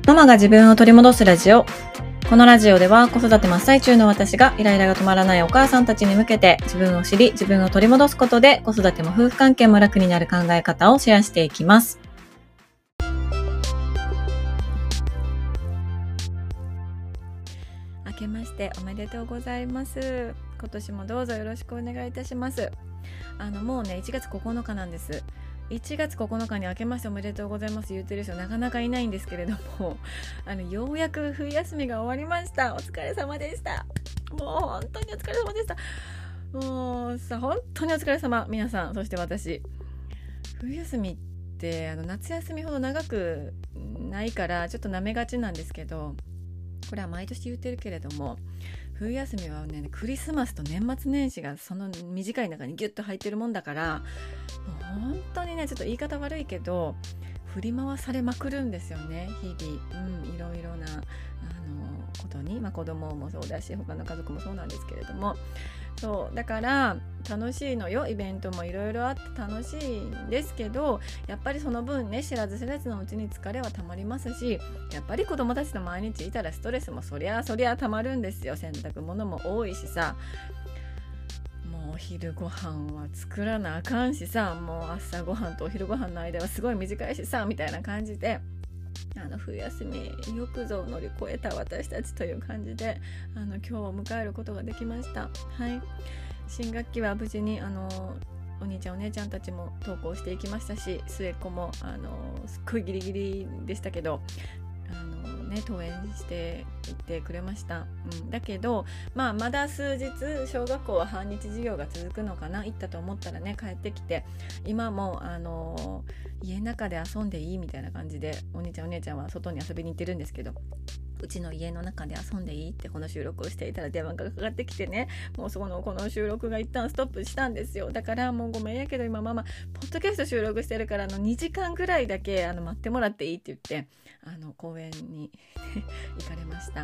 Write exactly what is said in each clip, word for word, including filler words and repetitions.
ママが自分を取り戻すラジオ。このラジオでは子育て真っ最中の私がイライラが止まらないお母さんたちに向けて自分を知り自分を取り戻すことで子育ても夫婦関係も楽になる考え方をシェアしていきます。明けましておめでとうございます。今年もどうぞよろしくお願いいたします。あのもうねいちがつここのかなんです。いちがつここのかに明けましておめでとうございます言ってる人なかなかいないんですけれども、あのようやく冬休みが終わりました。お疲れ様でした。もう本当にお疲れ様でした。もうさ本当にお疲れ様皆さん。そして私、冬休みってあの夏休みほど長くないからちょっとなめがちなんですけど、これは毎年言ってるけれども、冬休みはねクリスマスと年末年始がその短い中にギュッと入ってるもんだから、もう本当にねちょっと言い方悪いけど振り回されまくるんですよね日々、うん、いろいろなあのことに、まあ、子供もそうだし他の家族もそうなんですけれども、そうだから楽しいのよ。イベントもいろいろあって楽しいんですけど、やっぱりその分ね知らず知らずのうちに疲れはたまりますし、やっぱり子供たちと毎日いたらストレスもそりゃそりゃたまるんですよ。洗濯物も多いしさ、もうお昼ご飯は作らなあかんしさ、もう朝ご飯とお昼ご飯の間はすごい短いしさみたいな感じで、あの冬休みよくぞ乗り越えた私たちという感じで、あの今日を迎えることができました。はい、新学期は無事にあのお兄ちゃんお姉ちゃんたちも登校していきましたし、末っ子もあのすっごいギリギリでしたけどあの、ね、登園していってくれました、うん、だけど、まあ、まだ数日小学校は半日授業が続くのかな。行ったと思ったらね帰ってきて、今もあの家の中で遊んでいいみたいな感じで、お兄ちゃんお姉ちゃんは外に遊びに行ってるんですけど、うちの家の中で遊んでいいってこの収録をしていたら電話がかかってきてね、もうそこのこの収録が一旦ストップしたんですよ。だからもうごめんやけど今ママポッドキャスト収録してるからあのにじかんぐらいだけあの待ってもらっていいって言ってあの公園に行かれました、うん、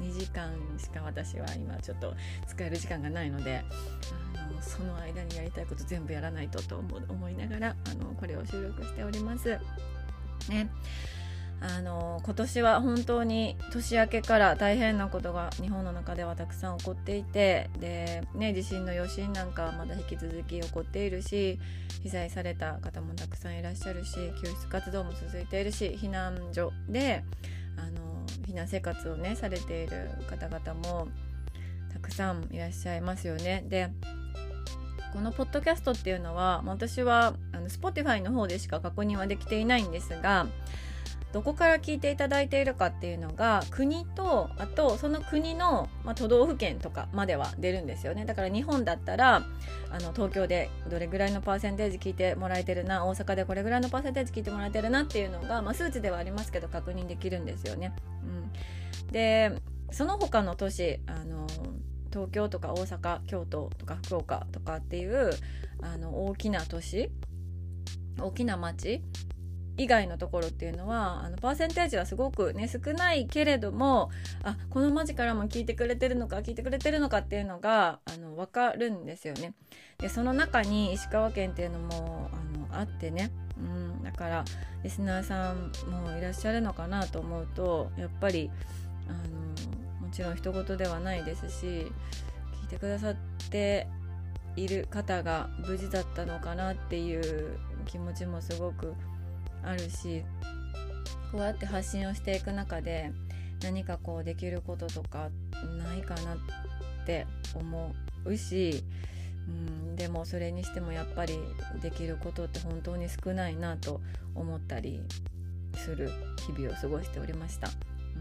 にじかんしか私は今ちょっと使える時間がないので、あのその間にやりたいこと全部やらないとと思思いながらあのこれを収録しておりますね。あの今年は本当に年明けから大変なことが日本の中ではたくさん起こっていて、で、ね、地震の余震なんかはまだ引き続き起こっているし、被災された方もたくさんいらっしゃるし、救出活動も続いているし、避難所であの避難生活をねされている方々もたくさんいらっしゃいますよね。でこのポッドキャストっていうのは私はあの Spotify の方でしか確認はできていないんですが、どこから聞いていただいているかっていうのが国と、あとその国の、まあ、都道府県とかまでは出るんですよね。だから日本だったらあの東京でどれぐらいのパーセンテージ聞いてもらえてるな、大阪でこれぐらいのパーセンテージ聞いてもらえてるなっていうのが、まあ、数値ではありますけど確認できるんですよね、うん、でその他の都市、あの東京とか大阪、京都とか福岡とかっていうあの大きな都市、大きな町以外のところっていうのはあのパーセンテージはすごくね少ないけれども、あこの町からも聞いてくれてるのか聞いてくれてるのかっていうのがあの分かるんですよね。でその中に石川県っていうのもあのあってね、うん、だからリスナーさんもいらっしゃるのかなと思うと、やっぱりあのもちろん一言ではないですし、聞いてくださっている方が無事だったのかなっていう気持ちもすごくあるし、こうやって発信をしていく中で何かこうできることとかないかなって思うし、うん、でもそれにしてもやっぱりできることって本当に少ないなと思ったりする日々を過ごしておりました、うん、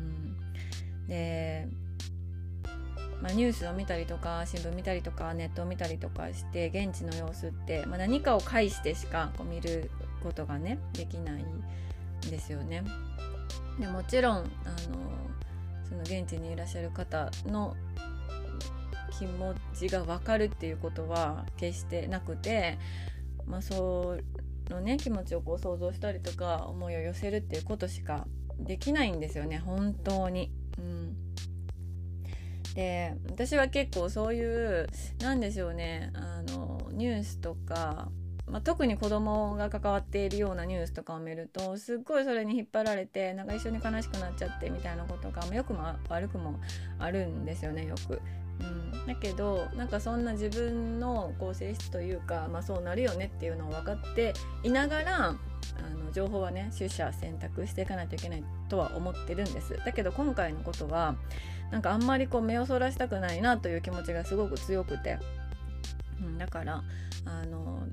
で、まあ、ニュースを見たりとか新聞見たりとかネットを見たりとかして現地の様子って、まあ、何かを介してしかこう見ることがねできないんですよね。でもちろんあのその現地にいらっしゃる方の気持ちが分かるっていうことは決してなくて、まあ、そのね気持ちをこう想像したりとか思いを寄せるっていうことしかできないんですよね本当に、うん、で私は結構そういうなんでしょうね、あのニュースとかまあ、特に子供が関わっているようなニュースとかを見るとすっごいそれに引っ張られてなんか一緒に悲しくなっちゃってみたいなことがよくも悪くもあるんですよねよく。うん、だけどなんかそんな自分のこう性質というか、まあ、そうなるよねっていうのを分かっていながらあの情報はね取捨選択していかないといけないとは思ってるんです。だけど今回のことはなんかあんまりこう目をそらしたくないなという気持ちがすごく強くて、うん、だからあの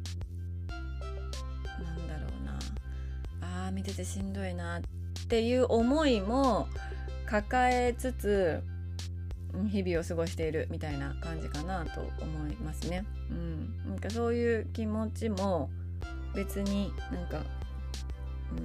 なんだろうなあー見ててしんどいなっていう思いも抱えつつ日々を過ごしているみたいな感じかなと思いますね。うん、なんかそういう気持ちも別になんか、うん、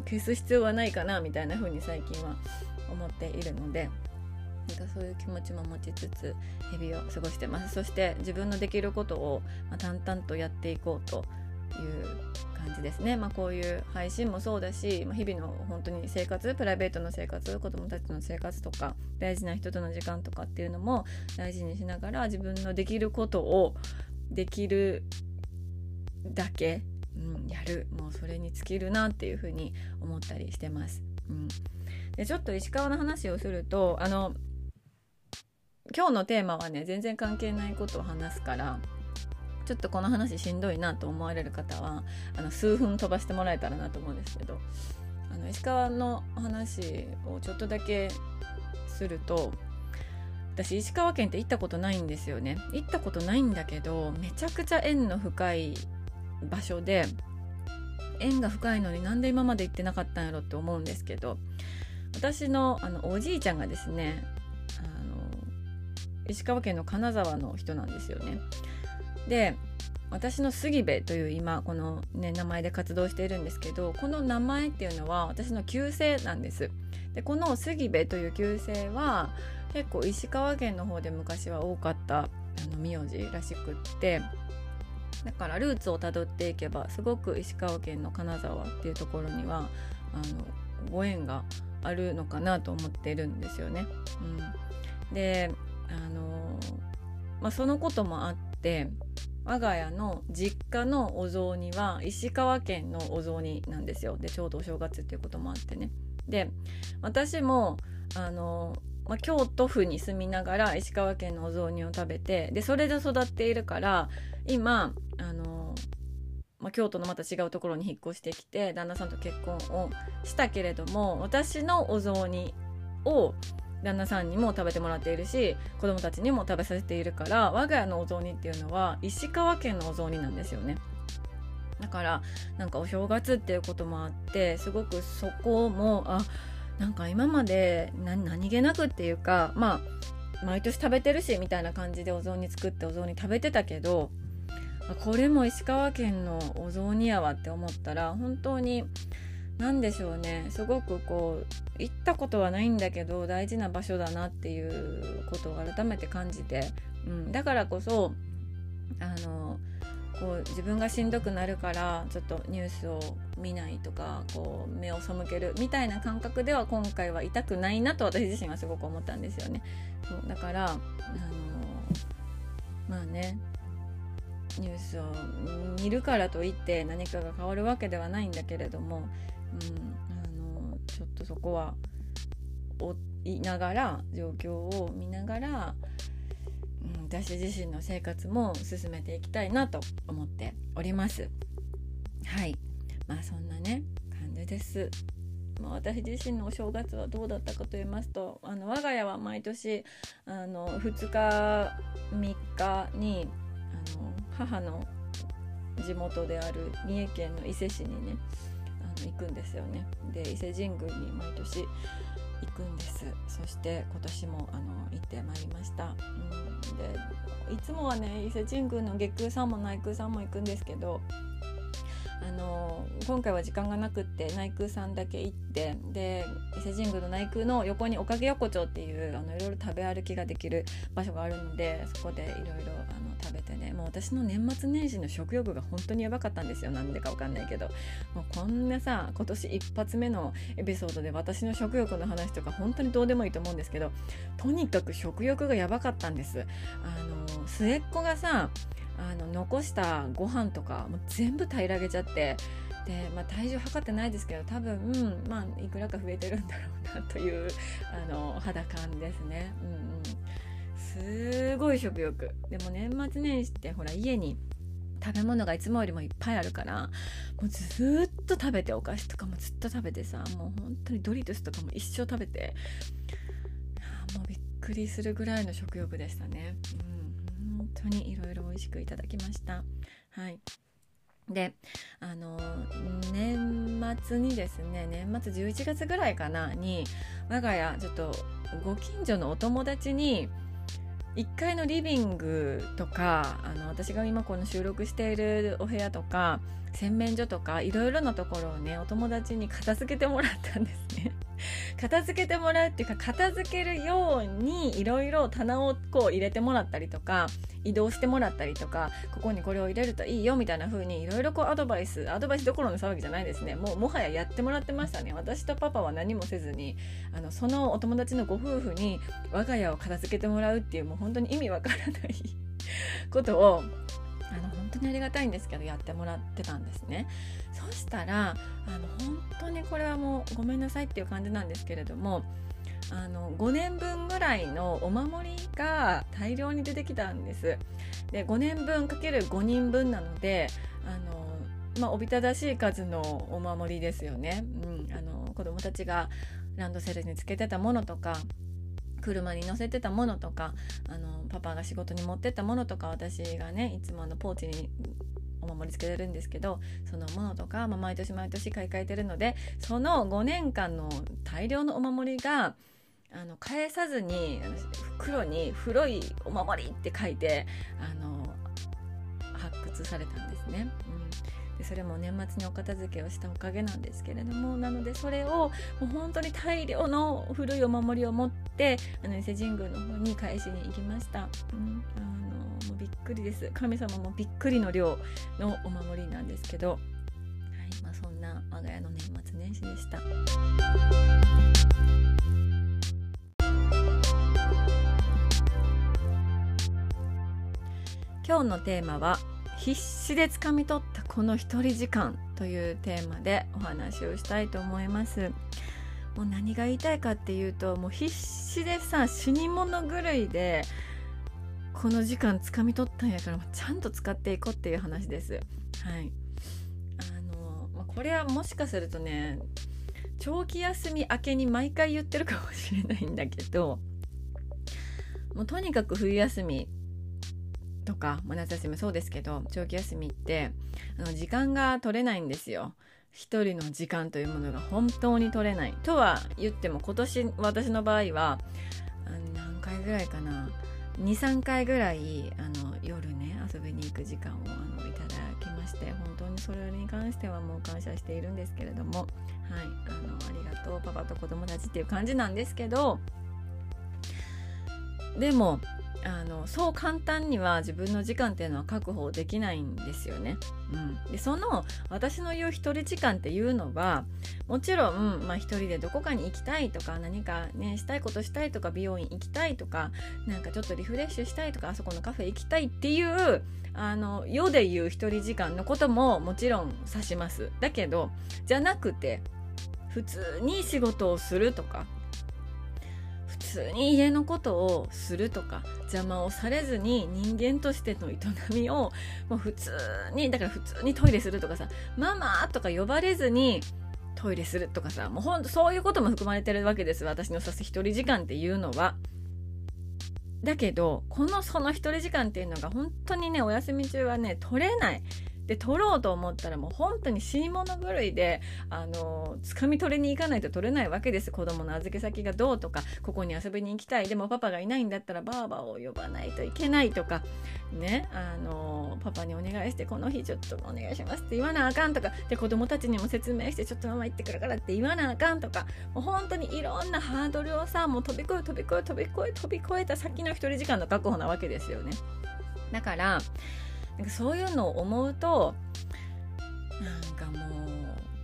消す必要はないかなみたいな風に最近は思っているので、なんかそういう気持ちも持ちつつ日々を過ごしてます。そして自分のできることを、まあ、淡々とやっていこうという感じですね。まあ、こういう配信もそうだし、まあ、日々の本当に生活、プライベートの生活、子供たちの生活とか大事な人との時間とかっていうのも大事にしながら自分のできることをできるだけ、うん、やる、もうそれに尽きるなっていうふうに思ったりしてます。うん、でちょっと石川の話をするとあの今日のテーマはね全然関係ないことを話すからちょっとこの話しんどいなと思われる方はあの数分飛ばしてもらえたらなと思うんですけど、あの石川の話をちょっとだけすると、私石川県って行ったことないんですよね。行ったことないんだけどめちゃくちゃ縁の深い場所で、縁が深いのになんで今まで行ってなかったんやろって思うんですけど、私 の, あのおじいちゃんがですねあの石川県の金沢の人なんですよね。で私の杉部という今この、ね、名前で活動しているんですけど、この名前っていうのは私の旧姓なんです。でこの杉部という旧姓は結構石川県の方で昔は多かったあの名字らしくって、だからルーツをたどっていけばすごく石川県の金沢っていうところにはあのご縁があるのかなと思ってるんですよね。うん、であの、まあ、そのこともあって我が家の実家のお雑煮は石川県のお雑煮なんですよ。でちょうどお正月っていうこともあってね。で私もあの、まあ、京都府に住みながら石川県のお雑煮を食べて、でそれで育っているから今あの、まあ、京都のまた違うところに引っ越してきて旦那さんと結婚をしたけれども、私のお雑煮を旦那さんにも食べてもらっているし子供たちにも食べさせているから、我が家のお雑煮っていうのは石川県のお雑煮なんですよね。だからなんかお正月っていうこともあってすごくそこもあなんか今まで何、何気なくっていうか、まあ毎年食べてるしみたいな感じでお雑煮作ってお雑煮食べてたけど、これも石川県のお雑煮やわって思ったら本当になんでしょうね、すごくこう行ったことはないんだけど大事な場所だなっていうことを改めて感じて、うん、だからこそあのこう自分がしんどくなるからちょっとニュースを見ないとかこう目を背けるみたいな感覚では今回は痛くないなと私自身はすごく思ったんですよね。そうだからあのまあねニュースを見るからといって何かが変わるわけではないんだけれども、うん、あのちょっとそこは追いながら状況を見ながら、うん、私自身の生活も進めていきたいなと思っております。はい、まあそんなね感じです。まあ、私自身のお正月はどうだったかと言いますと、あの我が家は毎年あのふつかみっかにあの母の地元である三重県の伊勢市にねあの行くんですよね。で伊勢神宮に毎年行くんです。そして今年もあの行ってまいりました、うん、でいつもはね伊勢神宮の下宮さんも内宮さんも行くんですけど、あの今回は時間がなくって内宮さんだけ行って、で伊勢神宮の内宮の横におかげ横丁っていうあのいろいろ食べ歩きができる場所があるので、そこでいろいろあの食べてね、もう私の年末年始の食欲が本当にやばかったんですよ。なんでかわかんないけど、もうこんなさ今年一発目のエピソードで私の食欲の話とか本当にどうでもいいと思うんですけど、とにかく食欲がやばかったんです。あの末っ子がさあの残したご飯とかもう全部平らげちゃって、で、まあ、体重測ってないですけど多分、うんまあ、いくらか増えてるんだろうなというあの肌感ですね、うんうん、すごい食欲でも年末年始ってほら家に食べ物がいつもよりもいっぱいあるからもうずっと食べて、お菓子とかもずっと食べてさ、もう本当にドリトスとかも一生食べて、もうびっくりするぐらいの食欲でしたね、うん、本当にいろいろ美味しくいただきました。はい。で、あの年末にですね、年末じゅういちがつぐらいかなに我が家ちょっとご近所のお友達にいっかいのリビングとか、あの私が今この収録しているお部屋とか洗面所とかいろいろなところをね、お友達に片付けてもらったんですね片付けてもらうっていうか、片付けるようにいろいろ棚をこう入れてもらったりとか、移動してもらったりとか、ここにこれを入れるといいよみたいな風にいろいろこうアドバイスアドバイスどころの騒ぎじゃないですね。もうもはややってもらってましたね。私とパパは何もせずに、あのそのお友達のご夫婦に我が家を片付けてもらうっていう、もう本当に意味わからないことをあの本当にありがたいんですけどやってもらってたんですね。そしたらあの本当にこれはもうごめんなさいっていう感じなんですけれども、あのごねんぶんぐらいのお守りが大量に出てきたんです。でごねんぶんかけるごにんぶんなので、あの、まあ、おびただしい数のお守りですよね、うん、あの子供たちがランドセルにつけてたものとか車に乗せてたものとか、あのパパが仕事に持ってったものとか、私がねいつもあのポーチにお守りつけてるんですけど、そのものとか、まあ、毎年毎年買い替えてるので、そのごねんかんの大量のお守りがあの返さずに袋に黒いお守りって書いてあの発掘されたんですね、うん、でそれも年末にお片付けをしたおかげなんですけれども、なのでそれをもう本当に大量の古いお守りを持ってあの伊勢神宮の方に返しに行きました、うん、あのもうびっくりです。神様もびっくりの量のお守りなんですけど、はい、まあ、そんな我が家の年末年始でした。今日のテーマは必死で掴み取ったこの一人時間というテーマでお話をしたいと思います。もう何が言いたいかっていうと、もう必死でさ死に物狂いでこの時間掴み取ったんやから、ちゃんと使っていこうっていう話です。はい。あの、まあ、これはもしかするとね長期休み明けに毎回言ってるかもしれないんだけど、もうとにかく冬休みとか、まあ、夏休みそうですけど、長期休みってあの時間が取れないんですよ。一人の時間というものが本当に取れないとは言っても、今年私の場合は何回ぐらいかな、にさんかいぐらいあの夜ね遊びに行く時間をあのいただきまして、本当にそれに関してはもう感謝しているんですけれども、はい、あのありがとうパパと子供たちっていう感じなんですけど、でもあのそう簡単には自分の時間っていうのは確保できないんですよね、うん、でその私の言う一人時間っていうのはもちろん、まあ、一人でどこかに行きたいとか、何かねしたいことしたいとか、美容院行きたいとか、なんかちょっとリフレッシュしたいとか、あそこのカフェ行きたいっていうあの世で言う一人時間のことももちろん指します。だけどじゃなくて、普通に仕事をするとか、普通に家のことをするとか、邪魔をされずに人間としての営みをもう普通に、だから普通にトイレするとかさ、ママとか呼ばれずにトイレするとかさ、もうほんとそういうことも含まれてるわけです。私の指す一人時間っていうのは。だけどこのその一人時間っていうのが本当にね、お休み中はね取れない。で取ろうと思ったらもう本当に死に物狂いで、あの掴み取りに行かないと取れないわけです。子供の預け先がどうとか、ここに遊びに行きたい、でもパパがいないんだったらバーバを呼ばないといけないとかね、あのパパにお願いしてこの日ちょっとお願いしますって言わなあかんとかで、子供たちにも説明してちょっとママ行ってくるからって言わなあかんとか、もう本当にいろんなハードルをさ、もう飛び越え飛び越え飛び越え飛び越えた先の一人時間の確保なわけですよね。だからなんかそういうのを思うと、なんかもう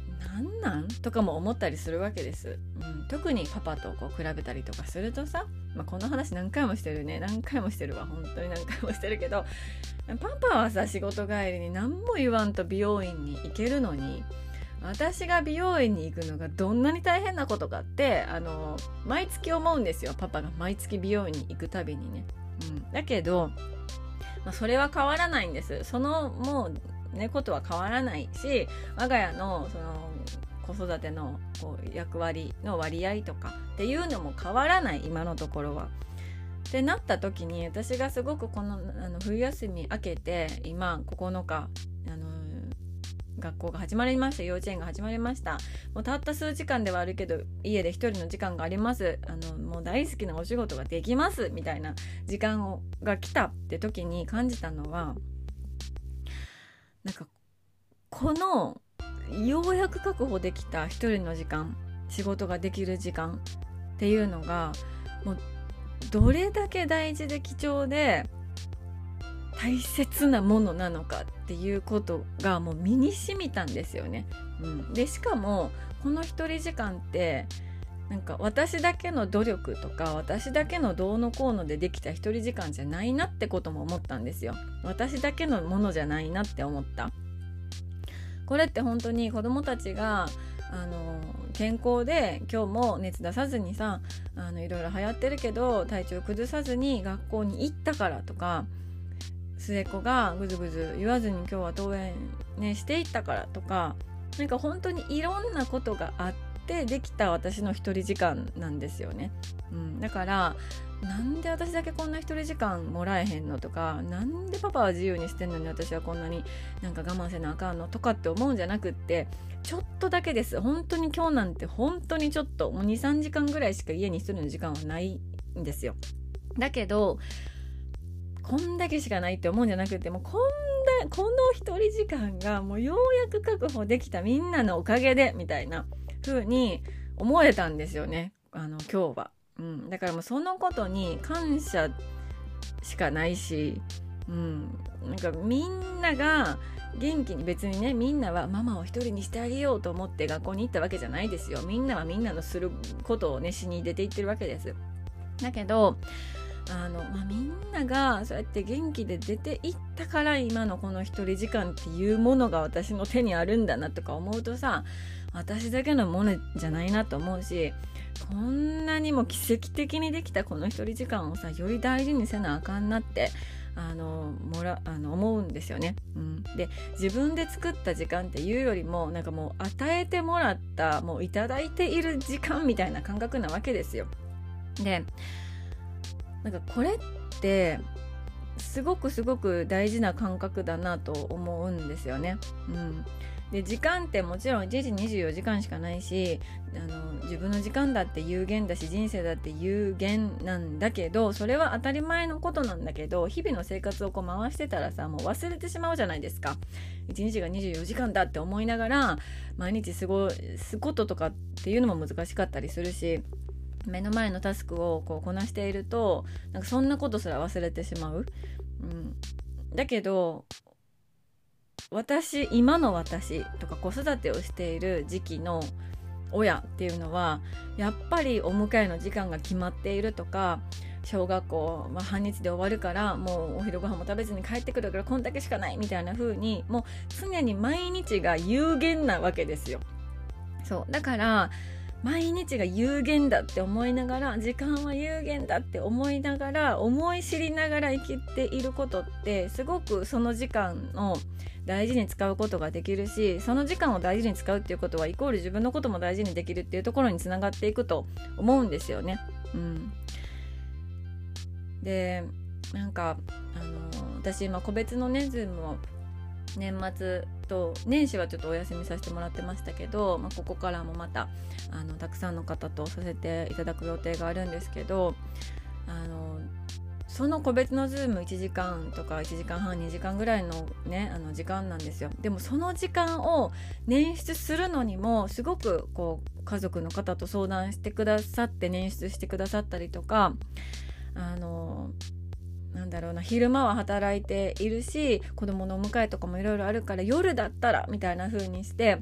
なんなんとかも思ったりするわけです、うん、特にパパとこう比べたりとかするとさ、まあ、この話何回もしてるね何回もしてるわ本当に何回もしてるけど、パパはさ仕事帰りに何も言わんと美容院に行けるのに、私が美容院に行くのがどんなに大変なことかってあの毎月思うんですよ。パパが毎月美容院に行くたびにね、うん、だけど、まあ、それは変わらないんです。そのもうねことは変わらないし、我が家のその子育てのこう役割の割合とかっていうのも変わらない今のところは。ってなった時に、私がすごくこのあの冬休み明けて今ここのかあの学校が始まりました、幼稚園が始まりました。もうたった数時間ではあるけど家で一人の時間があります、あのもう大好きなお仕事ができますみたいな時間をが来たって時に感じたのは、なんかこのようやく確保できた一人の時間、仕事ができる時間っていうのがもうどれだけ大事で貴重で大切なものなのかっていうことがもう身に染みたんですよね、うん、でしかもこの一人時間ってなんか私だけの努力とか私だけのどうのこうのでできた一人時間じゃないなってことも思ったんですよ。私だけのものじゃないなって思った。これって本当に子どもたちがあの健康で今日も熱出さずにさ、あのいろいろ流行ってるけど体調崩さずに学校に行ったからとか、末っ子がぐずぐず言わずに今日は登園、ね、していったからとか、なんか本当にいろんなことがあってできた私の一人時間なんですよね、うん、だからなんで私だけこんな一人時間もらえへんのとか、なんでパパは自由にしてんのに私はこんなになんか我慢せなあかんのとかって思うんじゃなくって、ちょっとだけです。本当に今日なんて本当にちょっともう にさんじかんぐらいしか家に一人の時間はないんですよ。だけどこんだけしかないって思うんじゃなくて、もうこんなこの一人時間がもうようやく確保できたみんなのおかげでみたいな風に思えたんですよね、あの今日は、うん、だからもうそのことに感謝しかないし、うん、なんかみんなが元気に、別にねみんなはママを一人にしてあげようと思って学校に行ったわけじゃないですよ。みんなはみんなのすることをねしに出て行ってるわけです。だけどあの、まあ、みんながそうやって元気で出ていったから今のこの一人時間っていうものが私の手にあるんだなとか思うとさ、私だけのものじゃないなと思うし、こんなにも奇跡的にできたこの一人時間をさより大事にせなあかんなってあのもらあの思うんですよね、うん、で自分で作った時間っていうよりもなんかもう与えてもらったもういただいている時間みたいな感覚なわけですよ。でなんかこれってすごくすごく大事な感覚だなと思うんですよね、うん、で時間ってもちろんいちにちにじゅうよじかんしかないし、あの自分の時間だって有限だし人生だって有限なんだけど、それは当たり前のことなんだけど、日々の生活をこう回してたらさもう忘れてしまうじゃないですか。いちにちがにじゅうよじかんだって思いながら毎日過ごすこととかっていうのも難しかったりするし、目の前のタスクをこうこなしているとなんかそんなことすら忘れてしまう、うん、だけど私今の私とか子育てをしている時期の親っていうのはやっぱりお迎えの時間が決まっているとか、小学校、まあ、半日で終わるからもうお昼ご飯も食べずに帰ってくるからこんだけしかないみたいな風にもう常に毎日が有限なわけですよ。そうだから毎日が有限だって思いながら、時間は有限だって思いながら思い知りながら生きていることってすごくその時間を大事に使うことができるし、その時間を大事に使うっていうことはイコール自分のことも大事にできるっていうところにつながっていくと思うんですよね、うん、でなんかあの私今個別のねズームを年末と年始はちょっとお休みさせてもらってましたけど、まあ、ここからもまたあのたくさんの方とさせていただく予定があるんですけど、あのその個別のズームいちじかんとかいちじかんはんにじかんぐらいのねあの時間なんですよ。でもその時間を捻出するのにもすごくこう家族の方と相談してくださって捻出してくださったりとか、あのなんだろうな、昼間は働いているし子供のお迎えとかもいろいろあるから夜だったらみたいな風にして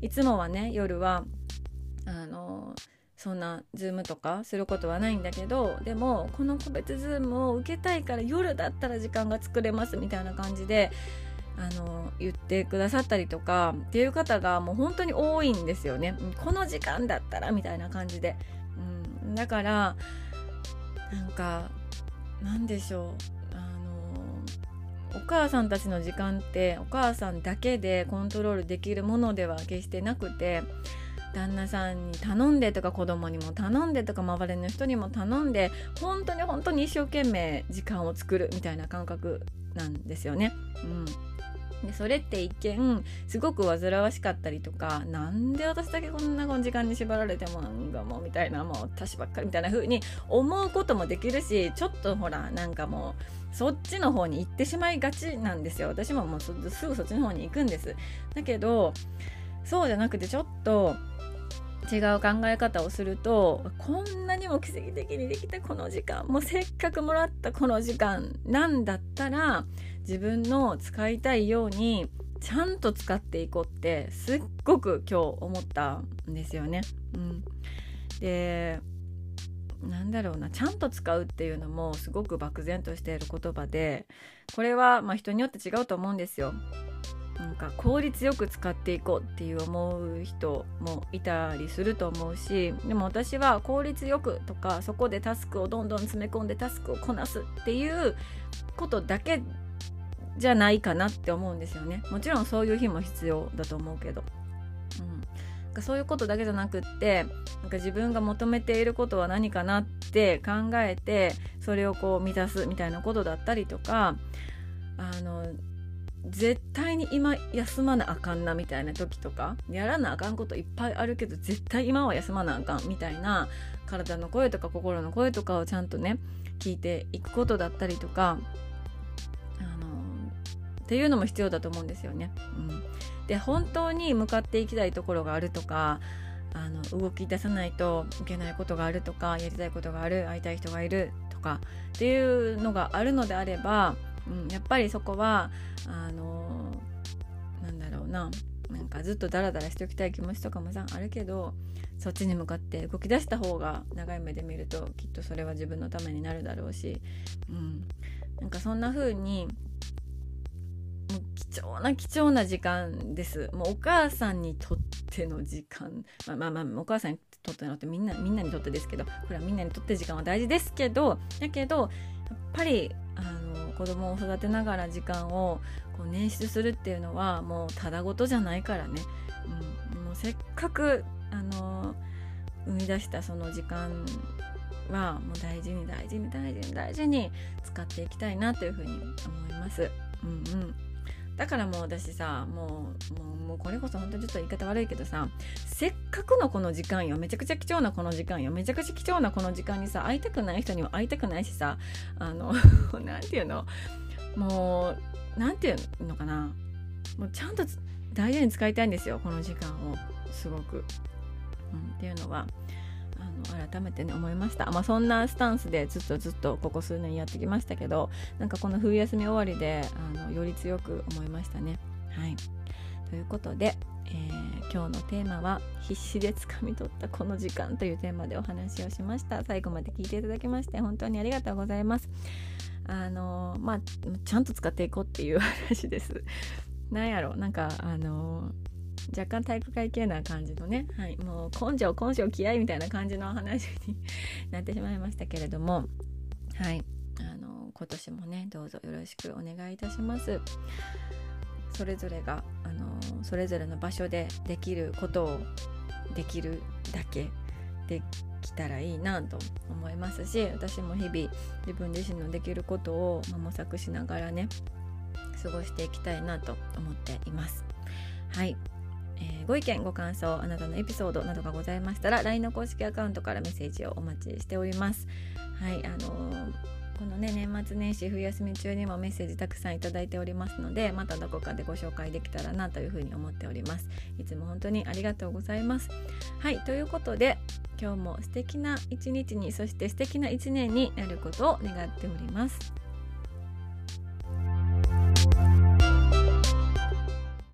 いつもはね夜はあのそんなズームとかすることはないんだけど、でもこの個別ズームを受けたいから夜だったら時間が作れますみたいな感じであの言ってくださったりとかっていう方がもう本当に多いんですよね。この時間だったらみたいな感じで、うん、だからなんかなんでしょう、あのお母さんたちの時間ってお母さんだけでコントロールできるものでは決してなくて、旦那さんに頼んでとか子供にも頼んでとか周りの人にも頼んで本当に本当に一生懸命時間を作るみたいな感覚なんですよね。うんでそれって一見すごく煩わしかったりとか、なんで私だけこんな時間に縛られてもなんかもうみたいな、もう私ばっかりみたいな風に思うこともできるし、ちょっとほらなんかもうそっちの方に行ってしまいがちなんですよ。私ももうすぐそっちの方に行くんです。だけどそうじゃなくてちょっと違う考え方をすると、こんなにも奇跡的にできたこの時間、もうせっかくもらったこの時間なんだったら自分の使いたいようにちゃんと使っていこうってすっごく今日思ったんですよね。うん、でなんだろうな、ちゃんと使うっていうのもすごく漠然としている言葉で、これはまあ人によって違うと思うんですよ。なんか効率よく使っていこうっていう思う人もいたりすると思うし、でも私は効率よくとかそこでタスクをどんどん詰め込んでタスクをこなすっていうことだけじゃないかなって思うんですよね。もちろんそういう日も必要だと思うけど、うん、なんかそういうことだけじゃなくって、なんか自分が求めていることは何かなって考えてそれをこう満たすみたいなことだったりとか、あの絶対に今休まなあかんなみたいな時とか、やらなあかんこといっぱいあるけど絶対今は休まなあかんみたいな体の声とか心の声とかをちゃんとね聞いていくことだったりとか、あのっていうのも必要だと思うんですよね。うん、で本当に向かっていきたいところがあるとか、あの動き出さないといけないことがあるとか、やりたいことがある、会いたい人がいるとかっていうのがあるのであれば、うん、やっぱりそこはあのー、なんだろうな、なんかずっとダラダラしておきたい気持ちとかもさあるけど、そっちに向かって動き出した方が長い目で見るときっとそれは自分のためになるだろうし、うん、なんかそんな風にもう貴重な貴重な時間です。もうお母さんにとっての時間、まあまあまあお母さんにとってのってみんなみんなにとってですけど、これはみんなにとって時間は大事ですけど、だけどやっぱりあの子供を育てながら時間をこう捻出するっていうのはもうただごとじゃないからね、うん、もうせっかくあの生み出したその時間はもう大事に大事に大事に大事に使っていきたいなというふうに思います。うんうん、だからもう私さ、もう、もう、もうこれこそ本当にちょっと言い方悪いけどさ、せっかくのこの時間よ、めちゃくちゃ貴重なこの時間よ、めちゃくちゃ貴重なこの時間にさ、会いたくない人には会いたくないしさ、あのなんていうの、もうなんていうのかな、もうちゃんと大事に使いたいんですよ、この時間をすごく、うん、っていうのはあの改めてね思いました。まあそんなスタンスでずっとずっとここ数年やってきましたけど、なんかこの冬休み終わりであのより強く思いましたね。はい、ということで、えー、今日のテーマは必死で掴み取ったこの時間というテーマでお話をしました。最後まで聞いていただきまして本当にありがとうございます。あのまあちゃんと使っていこうっていう話です。なんやろ、なんかあの若干体育会系な感じのね、はい、もう根性根性気合いみたいな感じの話になってしまいましたけれども、はい、あの今年もねどうぞよろしくお願いいたします。それぞれがあのそれぞれの場所でできることをできるだけできたらいいなと思いますし、私も日々自分自身のできることを模索しながらね過ごしていきたいなと思っています。はい、えー、ご意見ご感想、あなたのエピソードなどがございましたら ライン の公式アカウントからメッセージをお待ちしております。はい、あのー、このね年末年始冬休み中にもメッセージたくさんいただいておりますので、またどこかでご紹介できたらなというふうに思っております。いつも本当にありがとうございます。はい、ということで今日も素敵な一日に、そして素敵な一年になることを願っております。